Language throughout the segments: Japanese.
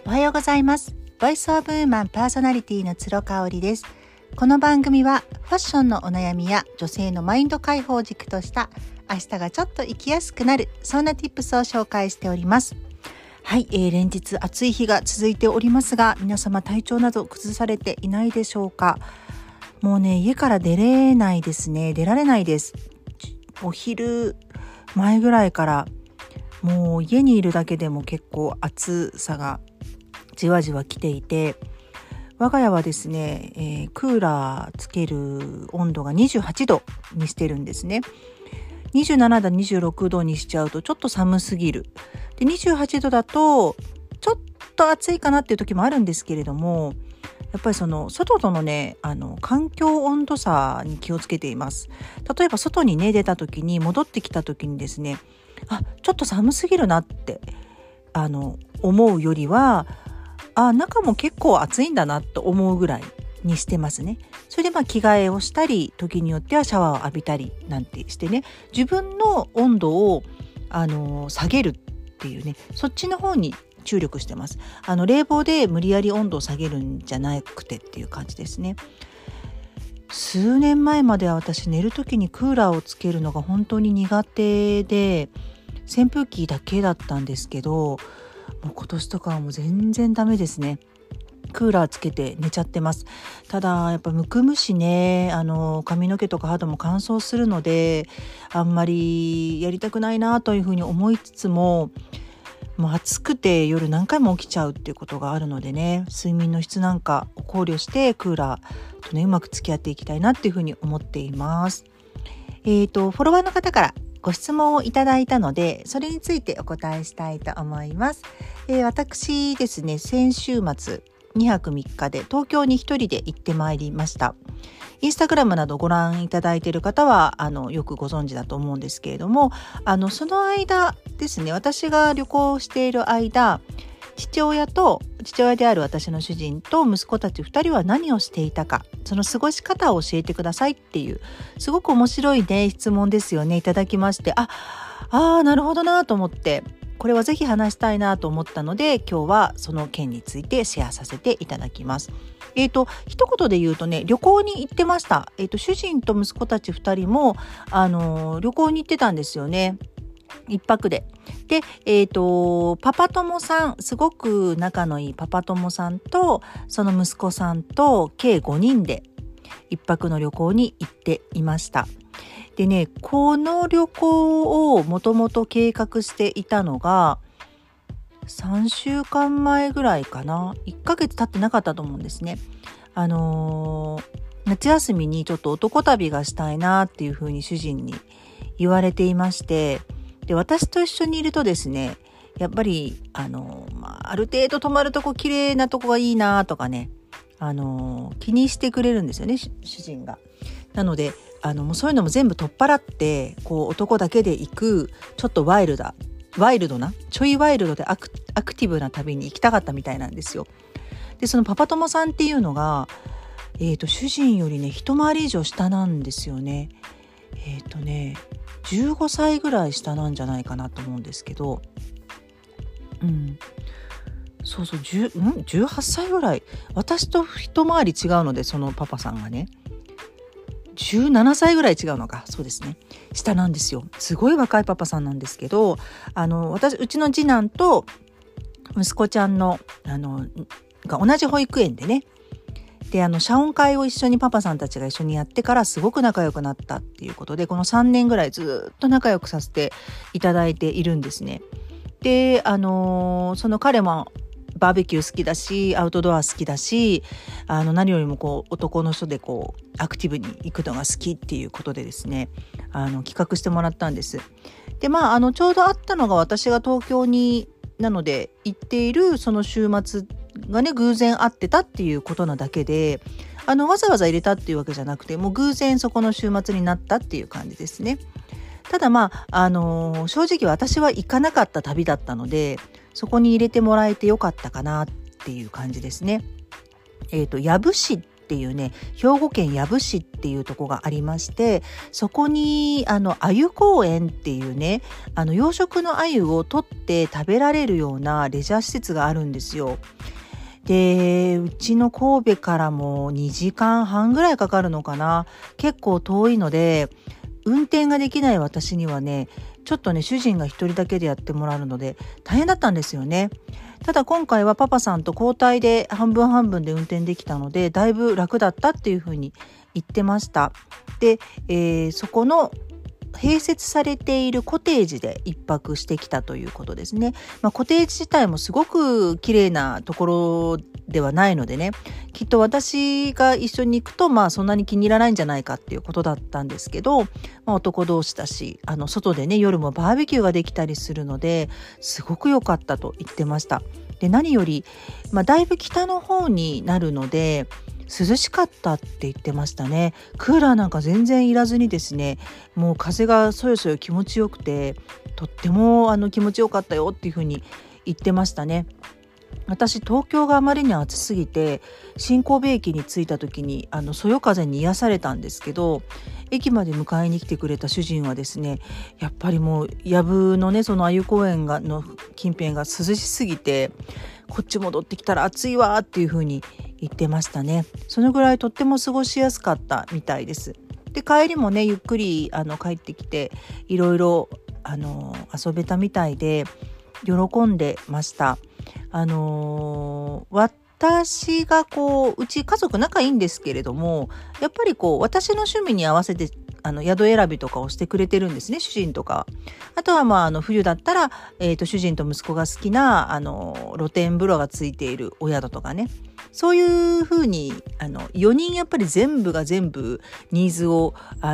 おはようございます。ボイスオブウーマンパーソナリティの鶴香織です。この番組はファッションのお悩みや女性のマインド解放軸とした明日がちょっと生きやすくなる、そんな tips を紹介しております。はい、連日暑い日が続いておりますが、皆様体調など崩されていないでしょうか。もうね、家から出られないです。お昼前ぐらいからもう家にいるだけでも結構暑さがじわじわ来ていて、我が家はですね、クーラーつける温度が28度にしてるんですね。27度26度にしちゃうとちょっと寒すぎる。で28度だとちょっと暑いかなっていう時もあるんですけれども、やっぱりその外とのね、環境温度差に気をつけています。例えば外にね出た時に戻ってきた時にですね、ちょっと寒すぎるなって思うよりは、中も結構暑いんだなと思うぐらいにしてますね。それで着替えをしたり、時によってはシャワーを浴びたりなんてしてね、自分の温度を下げるっていうね、そっちの方に注力してます。冷房で無理やり温度を下げるんじゃなくてっていう感じですね。数年前までは私寝る時にクーラーをつけるのが本当に苦手で、扇風機だけだったんですけど、もう今年とかはもう全然ダメですね。クーラーつけて寝ちゃってます。ただやっぱむくむしね、髪の毛とか肌も乾燥するので、あんまりやりたくないなというふうに思いつつも、もう暑くて夜何回も起きちゃうっていうことがあるのでね、睡眠の質なんかを考慮してクーラーとねうまく付き合っていきたいなっていうふうに思っています。フォロワーの方からご質問をいただいたので、それについてお答えしたいと思います。私ですね、先週末2泊3日で東京に一人で行ってまいりました。インスタグラムなどご覧いただいている方はよくご存知だと思うんですけれども、その間ですね、私が旅行している間、父親である私の主人と息子たち2人は何をしていたか、その過ごし方を教えてくださいっていう、すごく面白いね質問ですよね、いただきまして、なるほどなと思って、これはぜひ話したいなと思ったので、今日はその件についてシェアさせていただきます。一言で言うとね、旅行に行ってました。主人と息子たち2人も旅行に行ってたんですよね。一泊で。で、パパ友さん、すごく仲のいいパパ友さんとその息子さんと計5人で一泊の旅行に行っていました。でね、この旅行をもともと計画していたのが3週間前ぐらいかな。1ヶ月経ってなかったと思うんですね。夏休みにちょっと男旅がしたいなっていうふうに主人に言われていまして、で私と一緒にいるとですね、やっぱりある程度泊まるとこ綺麗なとこがいいなとかね、気にしてくれるんですよね、主人が。なのでもうそういうのも全部取っ払って、男だけで行くちょっとワイルドなちょいワイルドでアクティブな旅に行きたかったみたいなんですよ。でそのパパ友さんっていうのが主人よりね一回り以上下なんですよね。15歳ぐらい下なんじゃないかなと思うんですけど、18歳ぐらい、私と一回り違うので、そのパパさんがね17歳ぐらい違うのか、そうですね、下なんですよ。すごい若いパパさんなんですけど、うちの次男と息子ちゃんのが同じ保育園でね、で謝恩会を一緒にパパさんたちが一緒にやってからすごく仲良くなったっていうことで、この3年ぐらいずっと仲良くさせていただいているんですね。でその彼もバーベキュー好きだし、アウトドア好きだし、何よりも男の人でアクティブに行くのが好きっていうことでですね、企画してもらったんです。でちょうどあったのが、私が東京になので行っているその週末がね偶然会ってたっていうことなだけで、わざわざ入れたっていうわけじゃなくて、もう偶然そこの週末になったっていう感じですね。ただ正直私は行かなかった旅だったので、そこに入れてもらえてよかったかなっていう感じですね。養父市っっていうね、兵庫県養父市っていうとこがありまして、そこに鮎公園っていうね、養殖の鮎を取って食べられるようなレジャー施設があるんですよ。で、うちの神戸からも2時間半ぐらいかかるのかな。結構遠いので、運転ができない私にはね、ちょっとね、主人が一人だけでやってもらうので大変だったんですよね。ただ今回はパパさんと交代で半分半分で運転できたので、だいぶ楽だったっていうふうに言ってました。で、そこの併設されているコテージで一泊してきたということですね。コテージ自体もすごく綺麗なところではないのでね、きっと私が一緒に行くとそんなに気に入らないんじゃないかっていうことだったんですけど、男同士だし、外でね、夜もバーベキューができたりするので、すごく良かったと言ってました。で、何より、だいぶ北の方になるので涼しかったって言ってましたね。クーラーなんか全然いらずにですね、もう風がそよそよ気持ちよくて、とっても気持ちよかったよっていうふうに言ってましたね。私、東京があまりに暑すぎて新神戸駅に着いた時にそよ風に癒されたんですけど、駅まで迎えに来てくれた主人はですね、やっぱりもう藪のね、その鮎公園の近辺が涼しすぎて、こっち戻ってきたら暑いわっていう風に言ってましたね。そのぐらいとっても過ごしやすかったみたいです。で、帰りもね、ゆっくり帰ってきていろいろ遊べたみたいで喜んでました。私がうち家族仲いいんですけれども、やっぱり私の趣味に合わせて宿選びとかをしてくれてるんですね、主人とか。あとは冬だったら、主人と息子が好きな露天風呂がついているお宿とかね、そういう風に4人やっぱり全部が全部ニーズを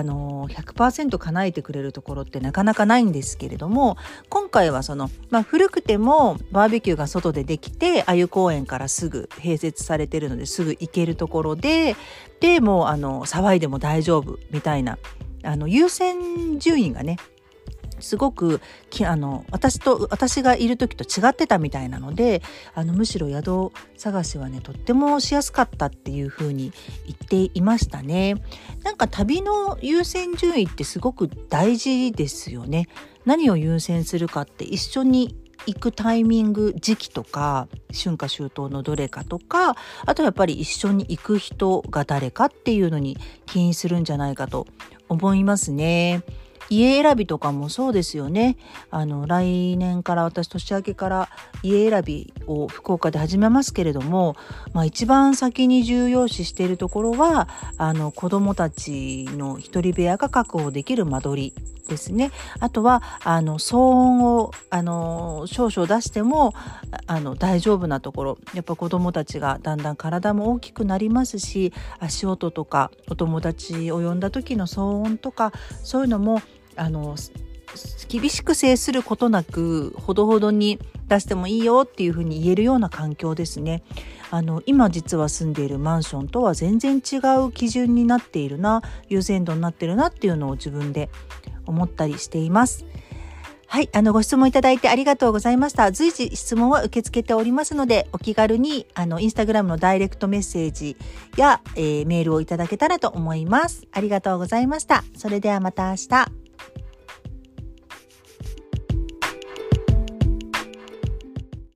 100% 叶えてくれるところってなかなかないんですけれども、今回は古くてもバーベキューが外でできて、鮎公園からすぐ併設されてるのですぐ行けるところでもう騒いでも大丈夫みたいな優先順位がね、すごく私がいる時と違ってたみたいなので、むしろ宿探しはね、とってもしやすかったっていう風に言っていましたね。なんか旅の優先順位ってすごく大事ですよね。何を優先するかって、一緒に行くタイミング、時期とか春夏秋冬のどれかとか、あとやっぱり一緒に行く人が誰かっていうのに起因するんじゃないかと思いますね。家選びとかもそうですよね。来年から私年明けから家選びを福岡で始めますけれども、一番先に重要視しているところは子どもたちの一人部屋が確保できる間取りですね。あとは騒音を少々出しても大丈夫なところ、やっぱ子どもたちがだんだん体も大きくなりますし、足音とかお友達を呼んだ時の騒音とか、そういうのも厳しく制することなくほどほどに出してもいいよっていうふうに言えるような環境ですね。今実は住んでいるマンションとは全然違う基準になっているな、優先度になっているなっていうのを自分で思ったりしています。はい、ご質問いただいてありがとうございました。随時質問は受け付けておりますので、お気軽にインスタグラムのダイレクトメッセージや、メールをいただけたらと思います。ありがとうございました。それではまた明日。